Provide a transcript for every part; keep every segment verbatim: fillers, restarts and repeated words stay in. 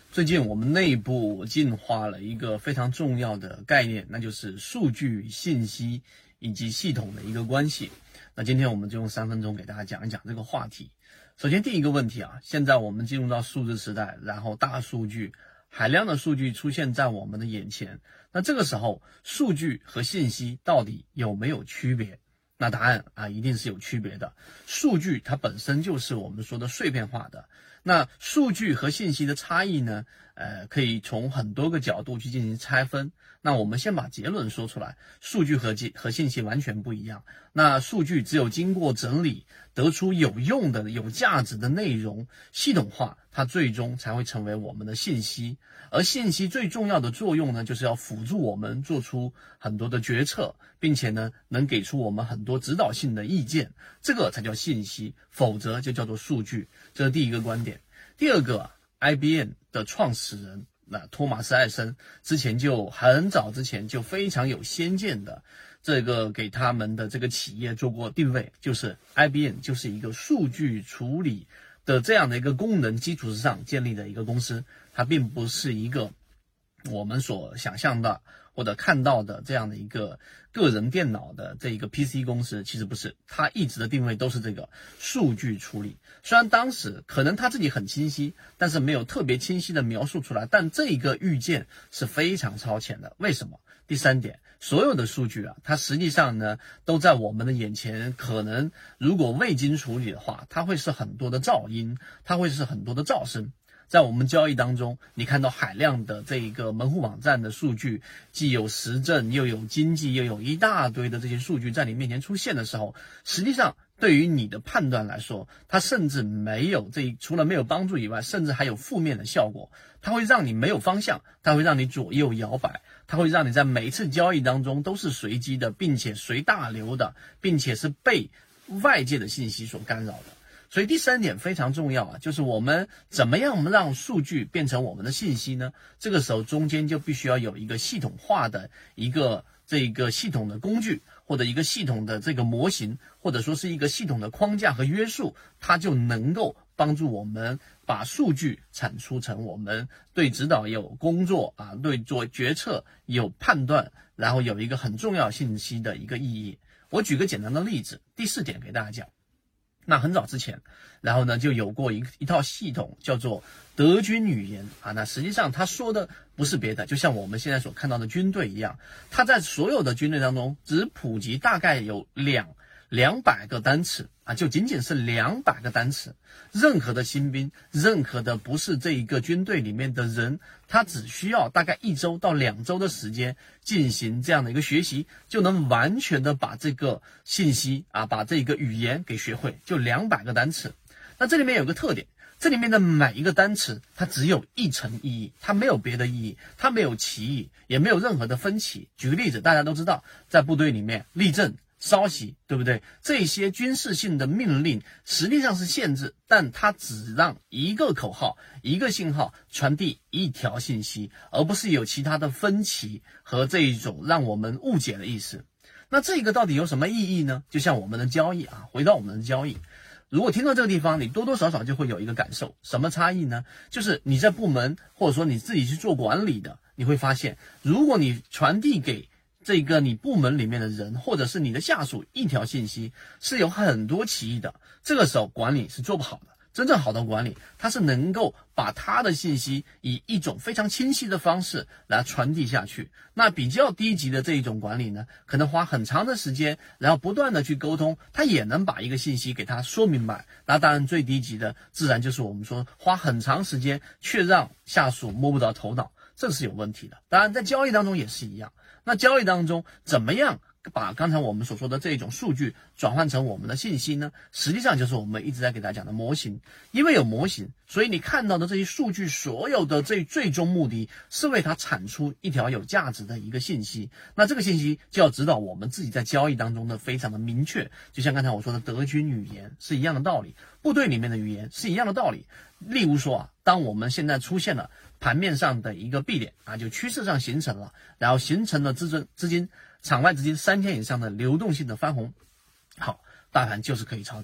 最近我们内部进化了一个非常重要的概念，那就是数据、信息以及系统的一个关系。那今天我们就用三分钟给大家讲一讲这个话题。首先第一个问题啊，现在我们进入到数字时代，然后大数据、海量的数据出现在我们的眼前。那这个时候，数据和信息到底有没有区别？那答案啊，一定是有区别的。数据它本身就是我们说的碎片化的。那数据和信息的差异呢，呃，可以从很多个角度去进行拆分。那我们先把结论说出来，数据和和信息完全不一样。那数据只有经过整理，得出有用的、有价值的内容，系统化，它最终才会成为我们的信息。而信息最重要的作用呢，就是要辅助我们做出很多的决策，并且呢，能给出我们很多指导性的意见，这个才叫信息，否则就叫做数据。这是第一个观点。第二个 I B M 的创始人那托马斯·艾森之前就很早之前就非常有先见的这个给他们的这个企业做过定位，就是 I B M 就是一个数据处理的这样的一个功能基础之上建立的一个公司，它并不是一个我们所想象的或者看到的这样的一个个人电脑的这一个 P C 公司，其实不是，它一直的定位都是这个数据处理。虽然当时可能他自己很清晰，但是没有特别清晰的描述出来，但这个预见是非常超前的。为什么？第三点，所有的数据啊，它实际上呢都在我们的眼前，可能如果未经处理的话，它会是很多的噪音，它会是很多的噪声。在我们交易当中，你看到海量的这一个门户网站的数据，既有时政又有经济又有一大堆的这些数据在你面前出现的时候，实际上对于你的判断来说，它甚至没有这除了没有帮助以外，甚至还有负面的效果。它会让你没有方向，它会让你左右摇摆，它会让你在每一次交易当中都是随机的，并且随大流的，并且是被外界的信息所干扰的。所以第三点非常重要啊，就是我们怎么样让数据变成我们的信息呢？这个时候中间就必须要有一个系统化的一个这个系统的工具，或者一个系统的这个模型，或者说是一个系统的框架和约束，它就能够帮助我们把数据产出成我们对指导有工作啊，对做决策有判断，然后有一个很重要信息的一个意义。我举个简单的例子，第四点给大家讲。那很早之前，然后呢就有过一一套系统叫做德军语言啊。那实际上他说的不是别的，就像我们现在所看到的军队一样，他在所有的军队当中只普及大概有两两百个单词啊，就仅仅是两百个单词。任何的新兵，任何的不是这一个军队里面的人，他只需要大概一周到两周的时间进行这样的一个学习，就能完全的把这个信息啊，把这个语言给学会，就两百个单词。那这里面有个特点，这里面的每一个单词它只有一层意义，它没有别的意义，它没有歧义，也没有任何的分歧。举个例子，大家都知道，在部队里面立正、稍息，对不对？这些军事性的命令实际上是限制，但它只让一个口号、一个信号传递一条信息，而不是有其他的分歧和这一种让我们误解的意思。那这个到底有什么意义呢？就像我们的交易啊，回到我们的交易，如果听到这个地方，你多多少少就会有一个感受，什么差异呢？就是你在部门或者说你自己去做管理的，你会发现，如果你传递给这个你部门里面的人或者是你的下属一条信息是有很多歧义的，这个时候管理是做不好的。真正好的管理，它是能够把它的信息以一种非常清晰的方式来传递下去。那比较低级的这一种管理呢，可能花很长的时间，然后不断的去沟通，它也能把一个信息给它说明白。那当然最低级的自然就是我们说花很长时间却让下属摸不着头脑，这是有问题的。当然在交易当中也是一样。那交易当中怎么样把刚才我们所说的这种数据转换成我们的信息呢？实际上就是我们一直在给大家讲的模型。因为有模型，所以你看到的这些数据所有的最最终目的是为它产出一条有价值的一个信息。那这个信息就要指导我们自己在交易当中的非常的明确，就像刚才我说的德军语言是一样的道理，部队里面的语言是一样的道理。例如说啊，当我们现在出现了盘面上的一个 B 点啊，就趋势上形成了，然后形成了资金资金场外资金三天以上的流动性的翻红，好，大盘就是可以操作。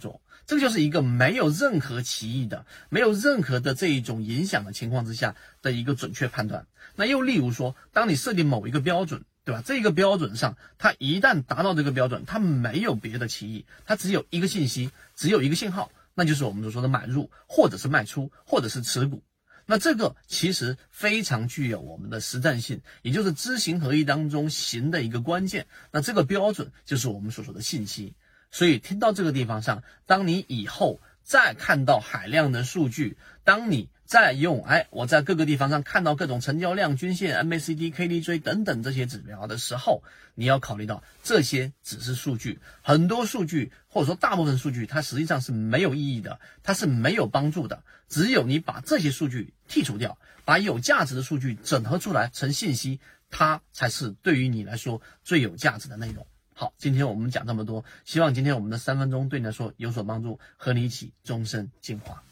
这个就是一个没有任何歧义的、没有任何的这一种影响的情况之下的一个准确判断。那又例如说，当你设定某一个标准，对吧？这个标准上，它一旦达到这个标准，它没有别的歧义，它只有一个信息，只有一个信号，那就是我们所说的买入，或者是卖出，或者是持股。那这个其实非常具有我们的实战性，也就是知行合一当中行的一个关键。那这个标准就是我们所说的信息。所以听到这个地方上，当你以后再看到海量的数据，当你再用哎我在各个地方上看到各种成交量、均线、M A C D、K D J 等等这些指标的时候，你要考虑到这些只是数据，很多数据或者说大部分数据它实际上是没有意义的，它是没有帮助的。只有你把这些数据剔除掉，把有价值的数据整合出来成信息，它才是对于你来说最有价值的内容。好，今天我们讲这么多，希望今天我们的三分钟对你来说有所帮助，和你一起终身进化。